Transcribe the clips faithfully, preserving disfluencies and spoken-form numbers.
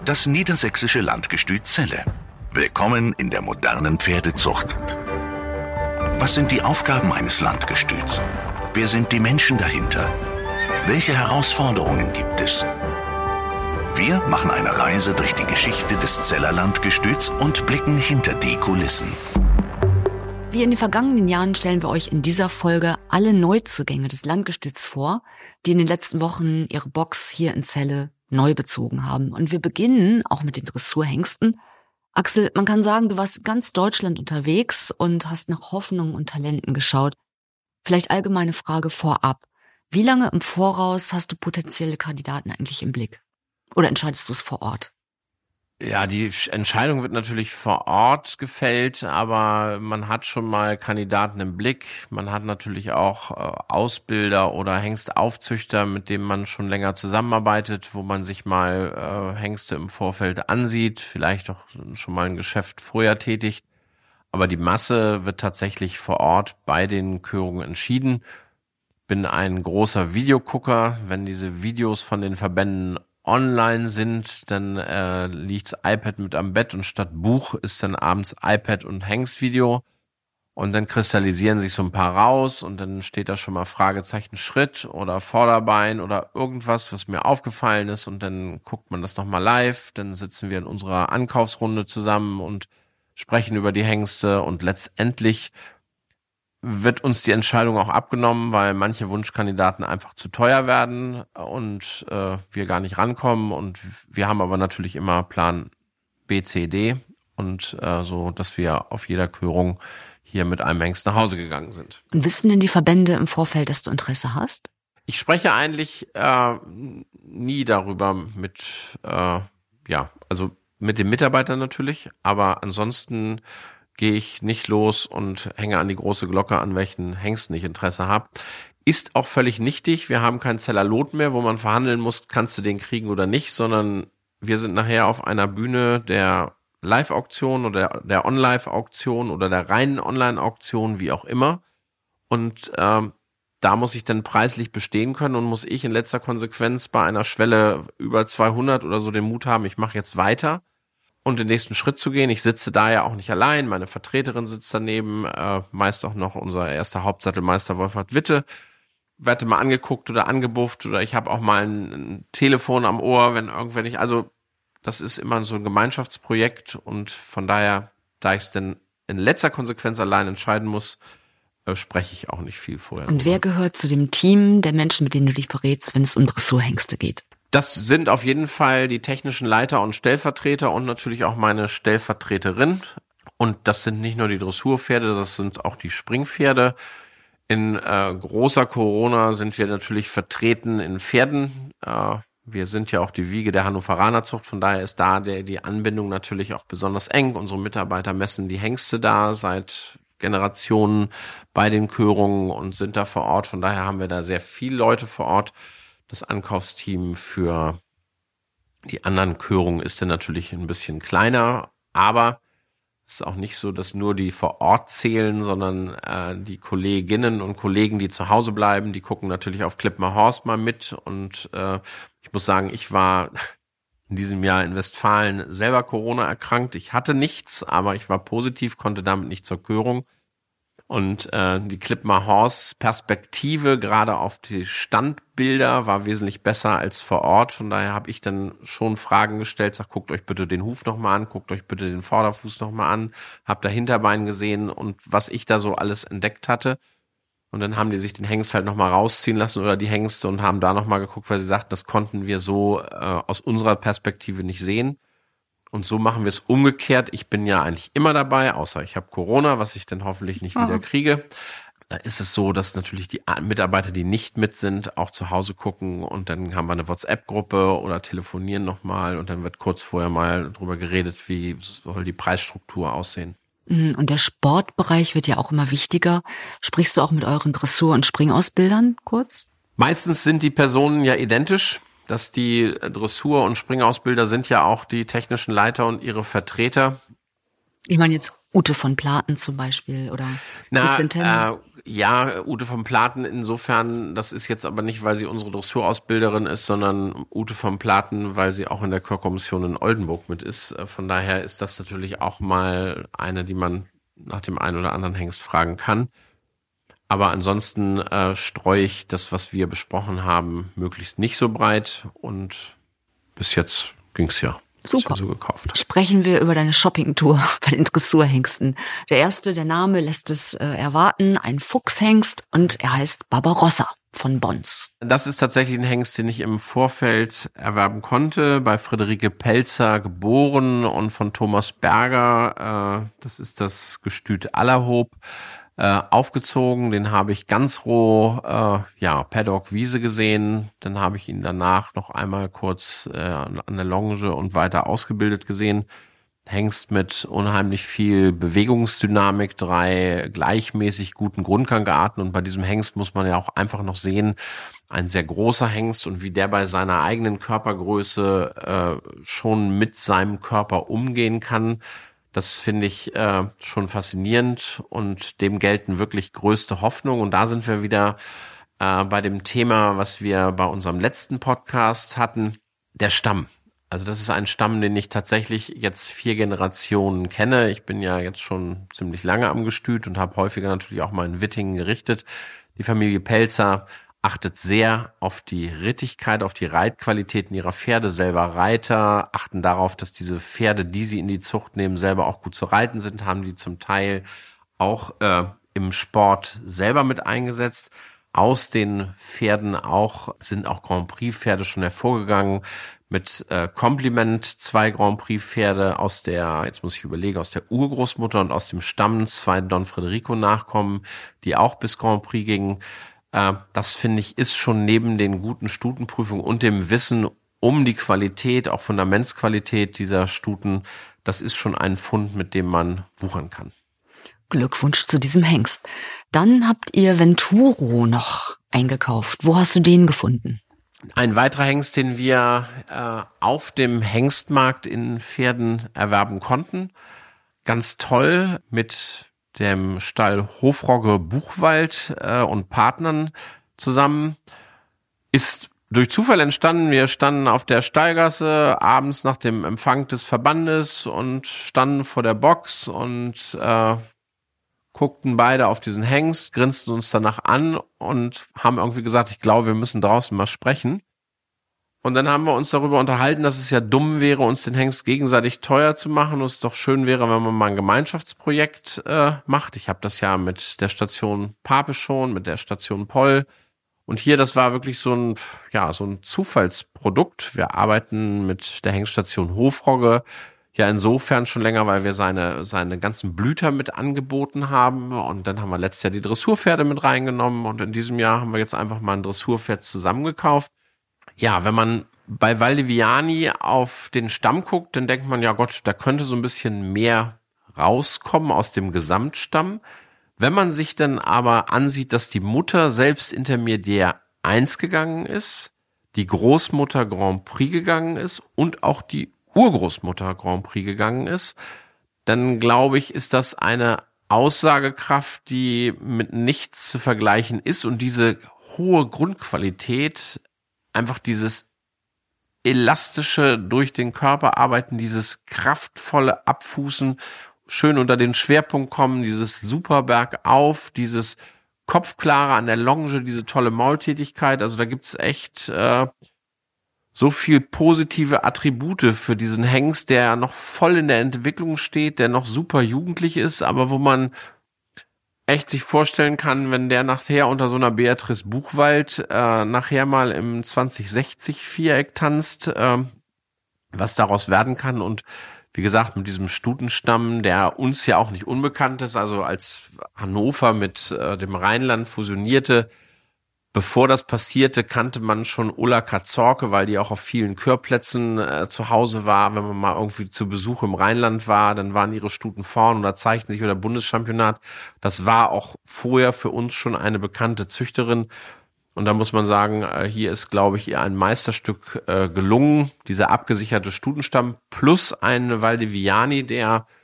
Das niedersächsische Landgestüt Celle. Willkommen in der modernen Pferdezucht. Was sind die Aufgaben eines Landgestüts? Wer sind die Menschen dahinter? Welche Herausforderungen gibt es? Wir machen eine Reise durch die Geschichte des Celler Landgestüts und blicken hinter die Kulissen. Wie in den vergangenen Jahren stellen wir euch in dieser Folge alle Neuzugänge des Landgestüts vor, die in den letzten Wochen ihre Box hier in Celle neu bezogen haben. Und wir beginnen auch mit den Dressurhengsten. Axel, man kann sagen, du warst in ganz Deutschland unterwegs und hast nach Hoffnungen und Talenten geschaut. Vielleicht allgemeine Frage vorab. Wie lange im Voraus hast du potenzielle Kandidaten eigentlich im Blick? Oder entscheidest du es vor Ort? Ja, die Entscheidung wird natürlich vor Ort gefällt, aber man hat schon mal Kandidaten im Blick. Man hat natürlich auch äh, Ausbilder oder Hengstaufzüchter, mit denen man schon länger zusammenarbeitet, wo man sich mal äh, Hengste im Vorfeld ansieht, vielleicht auch schon mal ein Geschäft vorher tätigt. Aber die Masse wird tatsächlich vor Ort bei den Körungen entschieden. Bin ein großer Videogucker. Wenn diese Videos von den Verbänden online sind, dann äh, liegt's iPad mit am Bett und statt Buch ist dann abends iPad und Hengstvideo und dann kristallisieren sich so ein paar raus und dann steht da schon mal Fragezeichen Schritt oder Vorderbein oder irgendwas, was mir aufgefallen ist und dann guckt man das nochmal live, dann sitzen wir in unserer Ankaufsrunde zusammen und sprechen über die Hengste und letztendlich wird uns die Entscheidung auch abgenommen, weil manche Wunschkandidaten einfach zu teuer werden und äh, wir gar nicht rankommen. Und wir haben aber natürlich immer Plan B, C, D und äh, so, dass wir auf jeder Körung hier mit einem Hengst nach Hause gegangen sind. Und wissen denn die Verbände im Vorfeld, dass du Interesse hast? Ich spreche eigentlich äh, nie darüber mit, äh, ja, also mit den Mitarbeitern natürlich, aber ansonsten gehe ich nicht los und hänge an die große Glocke, an welchen Hengsten ich Interesse habe. Ist auch völlig nichtig. Wir haben kein Celler Lot mehr, wo man verhandeln muss, kannst du den kriegen oder nicht, sondern wir sind nachher auf einer Bühne der Live-Auktion oder der On-Live-Auktion oder der reinen Online-Auktion, wie auch immer. Und ähm, da muss ich dann preislich bestehen können und muss ich in letzter Konsequenz bei einer Schwelle über zweihundert oder so den Mut haben, ich mache jetzt weiter und den nächsten Schritt zu gehen. Ich sitze da ja auch nicht allein, meine Vertreterin sitzt daneben, äh, meist auch noch unser erster Hauptsattelmeister Wolfhard Witte, werde mal angeguckt oder angebufft oder ich habe auch mal ein, ein Telefon am Ohr, wenn irgendwer nicht, also das ist immer so ein Gemeinschaftsprojekt und von daher, da ich es denn in letzter Konsequenz allein entscheiden muss, äh, spreche ich auch nicht viel vorher. Und wer gehört zu dem Team der Menschen, mit denen du dich berätst, wenn es um Dressurhengste geht? Das sind auf jeden Fall die technischen Leiter und Stellvertreter und natürlich auch meine Stellvertreterin. Und das sind nicht nur die Dressurpferde, das sind auch die Springpferde. In äh, großer Corona sind wir natürlich vertreten in Pferden. Äh, wir sind ja auch die Wiege der Hannoveranerzucht, von daher ist da der, die Anbindung natürlich auch besonders eng. Unsere Mitarbeiter messen die Hengste da seit Generationen bei den Körungen und sind da vor Ort. Von daher haben wir da sehr viele Leute vor Ort. Das Ankaufsteam für die anderen Körungen ist dann natürlich ein bisschen kleiner, aber es ist auch nicht so, dass nur die vor Ort zählen, sondern äh, die Kolleginnen und Kollegen, die zu Hause bleiben, die gucken natürlich auf Klippmar-Horst mal mit und äh, ich muss sagen, ich war in diesem Jahr in Westfalen selber Corona erkrankt. Ich hatte nichts, aber ich war positiv, konnte damit nicht zur Körung. Und äh, die Klippmar-Horst-Perspektive gerade auf die Standbilder war wesentlich besser als vor Ort. Von daher habe ich dann schon Fragen gestellt, sag, guckt euch bitte den Huf nochmal an, guckt euch bitte den Vorderfuß nochmal an, hab da Hinterbein gesehen und was ich da so alles entdeckt hatte. Und dann haben die sich den Hengst halt nochmal rausziehen lassen oder die Hengste und haben da nochmal geguckt, weil sie sagten, das konnten wir so äh, aus unserer Perspektive nicht sehen. Und so machen wir es umgekehrt. Ich bin ja eigentlich immer dabei, außer ich habe Corona, was ich dann hoffentlich nicht wieder kriege. Da ist es so, dass natürlich die Mitarbeiter, die nicht mit sind, auch zu Hause gucken und dann haben wir eine WhatsApp-Gruppe oder telefonieren nochmal und dann wird kurz vorher mal drüber geredet, wie soll die Preisstruktur aussehen. Und der Sportbereich wird ja auch immer wichtiger. Sprichst du auch mit euren Dressur- und Springausbildern kurz? Meistens sind die Personen ja identisch. Dass die Dressur- und Springausbilder sind ja auch die technischen Leiter und ihre Vertreter. Ich meine jetzt Ute von Platen zum Beispiel oder Christian Temme. Na, äh, Ja, Ute von Platen insofern, das ist jetzt aber nicht, weil sie unsere Dressurausbilderin ist, sondern Ute von Platen, weil sie auch in der Chorkommission in Oldenburg mit ist. Von daher ist das natürlich auch mal eine, die man nach dem einen oder anderen Hengst fragen kann. Aber ansonsten äh, streue ich das, was wir besprochen haben, möglichst nicht so breit. Und bis jetzt ging's ja. Super. So gekauft. Sprechen wir über deine Shoppingtour bei den Dressurhengsten. Der erste, der Name lässt es äh, erwarten, ein Fuchshengst und er heißt Barbarossa von Bons. Das ist tatsächlich ein Hengst, den ich im Vorfeld erwerben konnte, bei Friederike Pelzer geboren und von Thomas Berger, äh, das ist das Gestüt Allerhob, äh, aufgezogen. Den habe ich ganz roh, äh, ja, Paddock Wiese gesehen. Dann habe ich ihn danach noch einmal kurz äh, an der Longe und weiter ausgebildet gesehen. Hengst mit unheimlich viel Bewegungsdynamik, drei gleichmäßig guten Grundgangarten. Und bei diesem Hengst muss man ja auch einfach noch sehen, ein sehr großer Hengst und wie der bei seiner eigenen Körpergröße äh, schon mit seinem Körper umgehen kann. Das finde ich äh, schon faszinierend und dem gelten wirklich größte Hoffnung. Und da sind wir wieder äh, bei dem Thema, was wir bei unserem letzten Podcast hatten, der Stamm. Also das ist ein Stamm, den ich tatsächlich jetzt vier Generationen kenne. Ich bin ja jetzt schon ziemlich lange am Gestüt und habe häufiger natürlich auch mal in Wittingen gerichtet. Die Familie Pelzer achtet sehr auf die Rittigkeit, auf die Reitqualitäten ihrer Pferde, selber Reiter, achten darauf, dass diese Pferde, die sie in die Zucht nehmen, selber auch gut zu reiten sind, haben die zum Teil auch äh, im Sport selber mit eingesetzt. Aus den Pferden auch sind auch Grand Prix Pferde schon hervorgegangen. Mit äh, Kompliment zwei Grand Prix Pferde aus der, jetzt muss ich überlegen, aus der Urgroßmutter und aus dem Stamm zwei Don Federico Nachkommen, die auch bis Grand Prix gingen. Äh, das finde ich ist schon neben den guten Stutenprüfungen und dem Wissen um die Qualität, auch Fundamentsqualität dieser Stuten, das ist schon ein Fund, mit dem man wuchern kann. Glückwunsch zu diesem Hengst. Dann habt ihr Venturo noch eingekauft. Wo hast du den gefunden? Ein weiterer Hengst, den wir äh, auf dem Hengstmarkt in Pferden erwerben konnten. Ganz toll mit dem Stall Hofrogge Buchwald äh, und Partnern zusammen. Ist durch Zufall entstanden. Wir standen auf der Stallgasse abends nach dem Empfang des Verbandes und standen vor der Box und äh, guckten beide auf diesen Hengst, grinsten uns danach an und haben irgendwie gesagt, ich glaube, wir müssen draußen mal sprechen. Und dann haben wir uns darüber unterhalten, dass es ja dumm wäre, uns den Hengst gegenseitig teuer zu machen und es doch schön wäre, wenn man mal ein Gemeinschaftsprojekt äh, macht. Ich habe das ja mit der Station Pape schon, mit der Station Poll. Und hier, das war wirklich so ein, ja, so ein Zufallsprodukt. Wir arbeiten mit der Hengststation Hofrogge ja insofern schon länger, weil wir seine seine ganzen Blüter mit angeboten haben und dann haben wir letztes Jahr die Dressurpferde mit reingenommen und in diesem Jahr haben wir jetzt einfach mal ein Dressurpferd zusammengekauft. Ja, wenn man bei Valdiviani auf den Stamm guckt, dann denkt man, ja Gott, da könnte so ein bisschen mehr rauskommen aus dem Gesamtstamm. Wenn man sich dann aber ansieht, dass die Mutter selbst Intermediär eins gegangen ist, die Großmutter Grand Prix gegangen ist und auch die Urgroßmutter Grand Prix gegangen ist, dann glaube ich, ist das eine Aussagekraft, die mit nichts zu vergleichen ist und diese hohe Grundqualität, einfach dieses elastische durch den Körper arbeiten, dieses kraftvolle Abfußen, schön unter den Schwerpunkt kommen, dieses super bergauf, dieses Kopfklare an der Longe, diese tolle Maultätigkeit, also da gibt's echt äh, so viel positive Attribute für diesen Hengst, der noch voll in der Entwicklung steht, der noch super jugendlich ist, aber wo man echt sich vorstellen kann, wenn der nachher unter so einer Beatrice Buchwald äh, nachher mal im zwanzig sechzig Viereck tanzt, äh, was daraus werden kann. Und wie gesagt, mit diesem Stutenstamm, der uns ja auch nicht unbekannt ist, also als Hannover mit äh, dem Rheinland fusionierte, bevor das passierte, kannte man schon Ulla Kazorke, weil die auch auf vielen Kürplätzen äh, zu Hause war. Wenn man mal irgendwie zu Besuch im Rheinland war, dann waren ihre Stuten vorn oder zeigten sich über der Bundeschampionat. Das war auch vorher für uns schon eine bekannte Züchterin. Und da muss man sagen, äh, hier ist, glaube ich, ihr ein Meisterstück äh, gelungen. Dieser abgesicherte Stutenstamm plus ein Valdiviani, der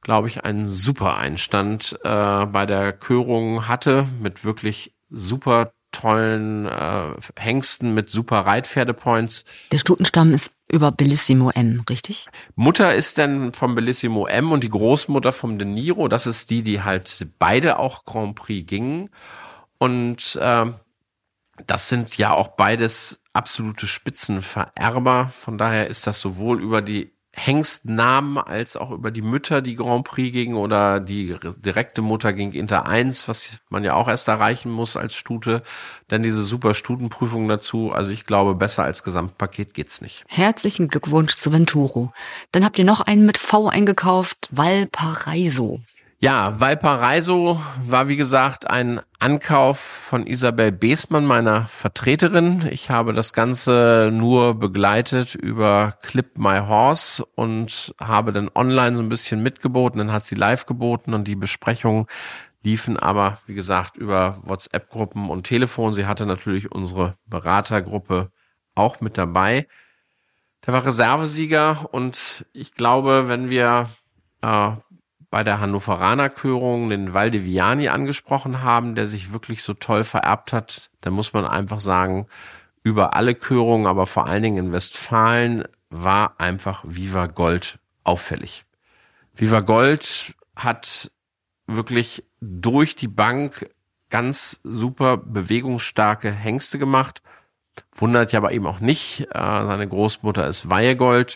glaube ich, einen super Einstand äh, bei der Körung hatte, mit wirklich super tollen äh, Hengsten mit super Reitpferdepoints. Der Stutenstamm ist über Bellissimo M, richtig? Mutter ist dann vom Bellissimo M und die Großmutter vom De Niro. Das ist die, die halt beide auch Grand Prix gingen. Und äh, das sind ja auch beides absolute Spitzenvererber. Von daher ist das sowohl über die Hengstnamen als auch über die Mütter, die Grand Prix gingen, oder die direkte Mutter ging Inter eins, was man ja auch erst erreichen muss als Stute. Dann diese super Stutenprüfung dazu. Also ich glaube, besser als Gesamtpaket geht's nicht. Herzlichen Glückwunsch zu Venturo. Dann habt ihr noch einen mit V eingekauft, Valparaiso. Ja, Valparaiso war wie gesagt ein Ankauf von Isabel Beßmann, meiner Vertreterin. Ich habe das Ganze nur begleitet über Clip My Horse und habe dann online so ein bisschen mitgeboten. Dann hat sie live geboten und die Besprechungen liefen aber, wie gesagt, über WhatsApp-Gruppen und Telefon. Sie hatte natürlich unsere Beratergruppe auch mit dabei. Der war Reservesieger und ich glaube, wenn wir äh, bei der Hannoveraner Körung den Valdiviani angesprochen haben, der sich wirklich so toll vererbt hat, dann muss man einfach sagen, über alle Körungen, aber vor allen Dingen in Westfalen, war einfach Viva Gold auffällig. Viva Gold hat wirklich durch die Bank ganz super bewegungsstarke Hengste gemacht. Wundert ja aber eben auch nicht. Seine Großmutter ist Weihegold,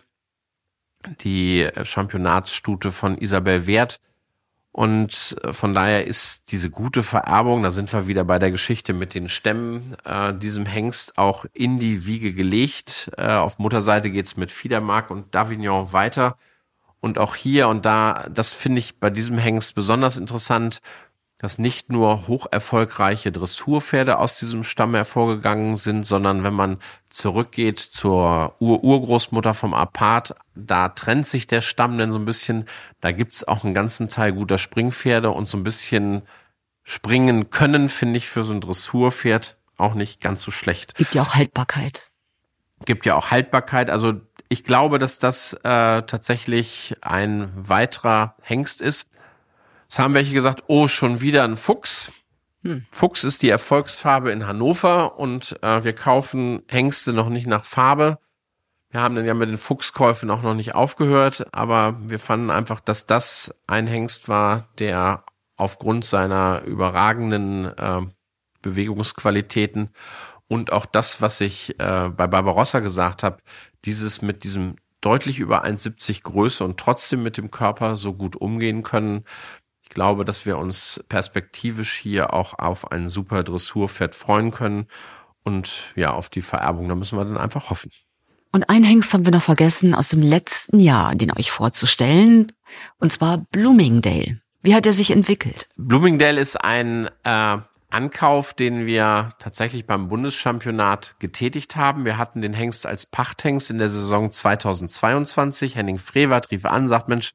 die Championatsstute von Isabel Wert. Und von daher ist diese gute Vererbung, da sind wir wieder bei der Geschichte mit den Stämmen, äh, diesem Hengst auch in die Wiege gelegt. Äh, auf Mutterseite geht's mit Fiedermark und Davignon weiter. Und auch hier und da, das finde ich bei diesem Hengst besonders interessant, dass nicht nur hoch erfolgreiche Dressurpferde aus diesem Stamm hervorgegangen sind, sondern wenn man zurückgeht zur Ur-Urgroßmutter vom Apart, da trennt sich der Stamm denn so ein bisschen. Da gibt's auch einen ganzen Teil guter Springpferde und so ein bisschen springen können, finde ich für so ein Dressurpferd auch nicht ganz so schlecht. Gibt ja auch Haltbarkeit. Gibt ja auch Haltbarkeit. Also ich glaube, dass das äh, tatsächlich ein weiterer Hengst ist. Es haben welche gesagt, oh, schon wieder ein Fuchs. Hm. Fuchs ist die Erfolgsfarbe in Hannover und äh, wir kaufen Hengste noch nicht nach Farbe. Wir haben dann ja mit den Fuchskäufen auch noch nicht aufgehört, aber wir fanden einfach, dass das ein Hengst war, der aufgrund seiner überragenden äh, Bewegungsqualitäten und auch das, was ich äh, bei Barbarossa gesagt habe, dieses mit diesem deutlich über eins siebzig Größe und trotzdem mit dem Körper so gut umgehen können. Ich glaube, dass wir uns perspektivisch hier auch auf ein super Dressurpferd freuen können und ja, auf die Vererbung, da müssen wir dann einfach hoffen. Und einen Hengst haben wir noch vergessen aus dem letzten Jahr, den euch vorzustellen, und zwar Bloomingdale. Wie hat er sich entwickelt? Bloomingdale ist ein äh, Ankauf, den wir tatsächlich beim Bundeschampionat getätigt haben. Wir hatten den Hengst als Pachthengst in der Saison zweitausendzweiundzwanzig. Henning Frevert rief an, sagt, Mensch,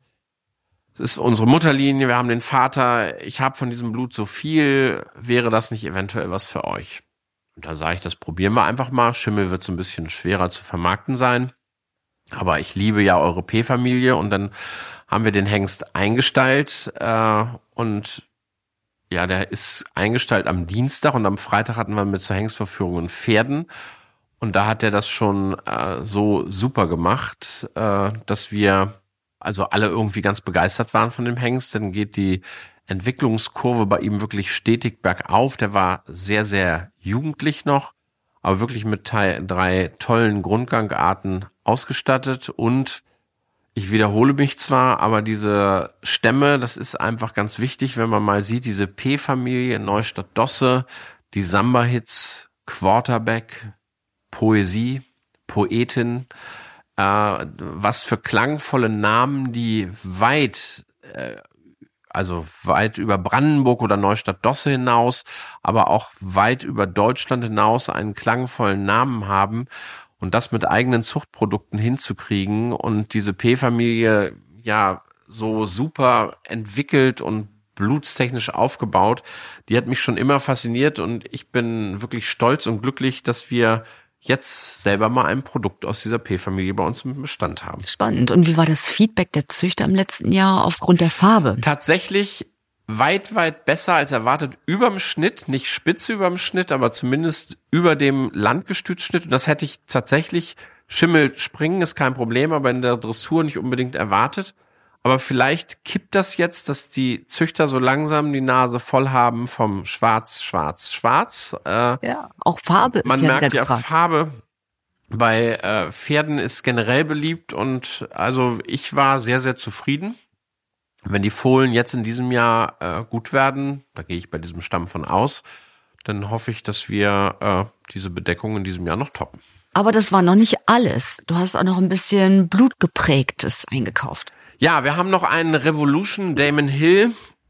es ist unsere Mutterlinie, wir haben den Vater, ich habe von diesem Blut so viel, wäre das nicht eventuell was für euch? Und da sage ich, das probieren wir einfach mal. Schimmel wird so ein bisschen schwerer zu vermarkten sein, aber ich liebe ja eure P-Familie und dann haben wir den Hengst eingestellt äh, und ja, der ist eingestellt am Dienstag und am Freitag hatten wir mit zur Hengstverführung Pferden und da hat er das schon äh, so super gemacht, äh, dass wir also alle irgendwie ganz begeistert waren von dem Hengst. Dann geht die Entwicklungskurve bei ihm wirklich stetig bergauf. Der war sehr, sehr jugendlich noch, aber wirklich mit drei tollen Grundgangarten ausgestattet. Und ich wiederhole mich zwar, aber diese Stämme, das ist einfach ganz wichtig, wenn man mal sieht, diese P-Familie, Neustadt-Dosse, die Samba-Hits, Quarterback, Poesie, Poetin, äh, was für klangvolle Namen, die weit, äh, also weit über Brandenburg oder Neustadt-Dosse hinaus, aber auch weit über Deutschland hinaus einen klangvollen Namen haben und das mit eigenen Zuchtprodukten hinzukriegen und diese P-Familie ja so super entwickelt und blutstechnisch aufgebaut, die hat mich schon immer fasziniert und ich bin wirklich stolz und glücklich, dass wir jetzt selber mal ein Produkt aus dieser P-Familie bei uns im Bestand haben. Spannend. Und wie war das Feedback der Züchter im letzten Jahr aufgrund der Farbe? Tatsächlich weit, weit besser als erwartet, überm Schnitt, nicht spitze überm Schnitt, aber zumindest über dem Landgestütschnitt. Und das hätte ich tatsächlich, Schimmel springen ist kein Problem, aber in der Dressur nicht unbedingt erwartet. Aber vielleicht kippt das jetzt, dass die Züchter so langsam die Nase voll haben vom Schwarz, Schwarz, Schwarz. Äh, ja, auch Farbe ist man ja merkt ja, gefragt. Farbe bei äh, Pferden ist generell beliebt und also ich war sehr, sehr zufrieden. Wenn die Fohlen jetzt in diesem Jahr äh, gut werden, da gehe ich bei diesem Stamm von aus, dann hoffe ich, dass wir äh, diese Bedeckung in diesem Jahr noch toppen. Aber das war noch nicht alles. Du hast auch noch ein bisschen Blutgeprägtes eingekauft. Ja, wir haben noch einen Revolution Damon Hill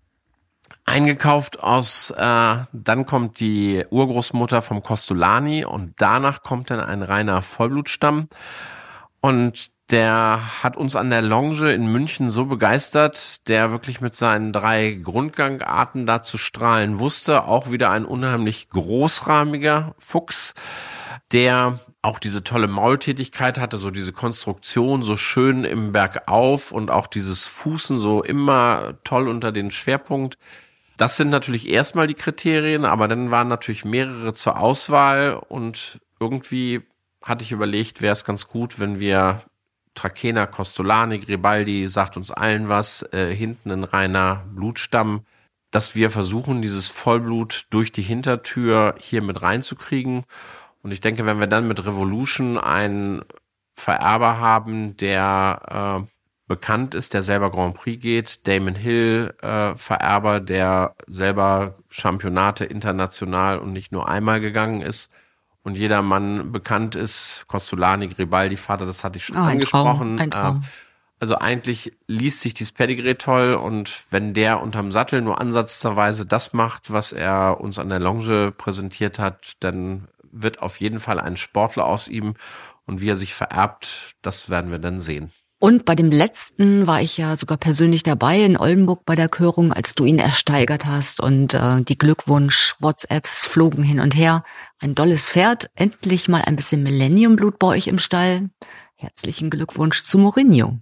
eingekauft aus, äh, dann kommt die Urgroßmutter vom Costolani und danach kommt dann ein reiner Vollblutstamm. Und der hat uns an der Longe in München so begeistert, der wirklich mit seinen drei Grundgangarten da zu strahlen wusste. Auch wieder ein unheimlich großrahmiger Fuchs, der auch diese tolle Maultätigkeit hatte, so diese Konstruktion so schön im Bergauf und auch dieses Fußen so immer toll unter den Schwerpunkt. Das sind natürlich erstmal die Kriterien, aber dann waren natürlich mehrere zur Auswahl und irgendwie hatte ich überlegt, wäre es ganz gut, wenn wir Trakehner, Costolani, Gribaldi, sagt uns allen was, äh, hinten ein reiner Blutstamm, dass wir versuchen, dieses Vollblut durch die Hintertür hier mit reinzukriegen. Und ich denke, wenn wir dann mit Revolution einen Vererber haben, der äh, bekannt ist, der selber Grand Prix geht, Damon Hill äh, Vererber, der selber Championate international und nicht nur einmal gegangen ist und jedermann bekannt ist, Costolani, Gribaldi, Vater, das hatte ich schon oh, ein angesprochen. Traum, ein Traum. Äh, also eigentlich liest sich dieses Pedigree toll und wenn der unterm Sattel nur ansatzweise das macht, was er uns an der Longe präsentiert hat, dann wird auf jeden Fall ein Sportler aus ihm und wie er sich vererbt, das werden wir dann sehen. Und bei dem letzten war ich ja sogar persönlich dabei in Oldenburg bei der Körung, als du ihn ersteigert hast und äh, die Glückwunsch-WhatsApps flogen hin und her. Ein dolles Pferd, endlich mal ein bisschen Millennium-Blut bei euch im Stall. Herzlichen Glückwunsch zu Mourinho.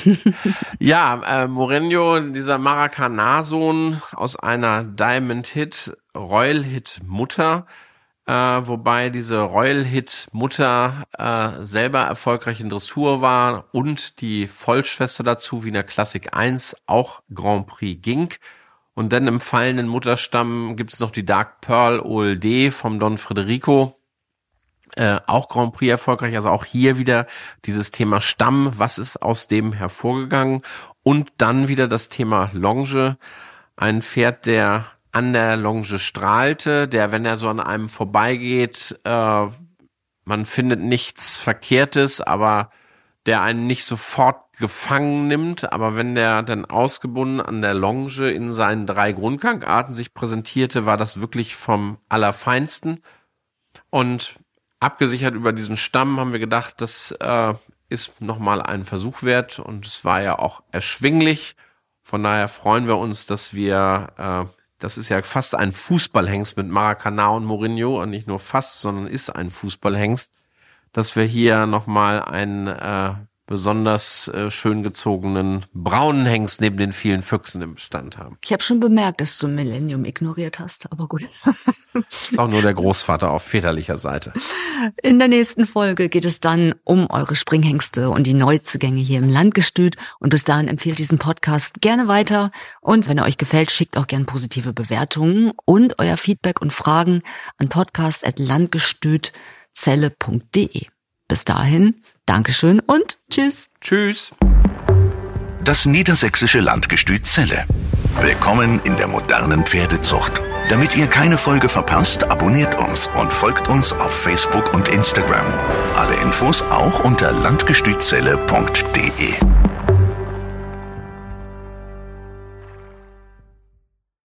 Ja, äh, Mourinho, dieser Maracanã-Sohn aus einer Diamond-Hit, Royal-Hit-Mutter, Äh, wobei diese Royal-Hit-Mutter äh, selber erfolgreich in Dressur war und die Vollschwester dazu wie in der Klassik eins auch Grand Prix ging. Und dann im fallenden Mutterstamm gibt's noch die Dark Pearl O L D vom Don Federico, äh, auch Grand Prix erfolgreich. Also auch hier wieder dieses Thema Stamm, was ist aus dem hervorgegangen? Und dann wieder das Thema Longe, ein Pferd, der an der Longe strahlte, der, wenn er so an einem vorbeigeht, äh, man findet nichts Verkehrtes, aber der einen nicht sofort gefangen nimmt, aber wenn der dann ausgebunden an der Longe in seinen drei Grundgangarten sich präsentierte, war das wirklich vom Allerfeinsten. Und abgesichert über diesen Stamm haben wir gedacht, das äh, ist nochmal ein Versuch wert und es war ja auch erschwinglich. Von daher freuen wir uns, dass wir äh, das ist ja fast ein Fußballhengst mit Maracanã und Mourinho und nicht nur fast, sondern ist ein Fußballhengst, dass wir hier nochmal einen äh, besonders äh, schön gezogenen braunen Hengst neben den vielen Füchsen im Bestand haben. Ich habe schon bemerkt, dass du Millennium ignoriert hast, aber gut. Ist auch nur der Großvater auf väterlicher Seite. In der nächsten Folge geht es dann um eure Springhengste und die Neuzugänge hier im Landgestüt. Und bis dahin empfehlt diesen Podcast gerne weiter. Und wenn er euch gefällt, schickt auch gerne positive Bewertungen und euer Feedback und Fragen an podcast at landgestützelle punkt de. Bis dahin, Dankeschön und tschüss. Tschüss. Das niedersächsische Landgestüt Celle. Willkommen in der modernen Pferdezucht. Damit ihr keine Folge verpasst, abonniert uns und folgt uns auf Facebook und Instagram. Alle Infos auch unter landgestützelle punkt de.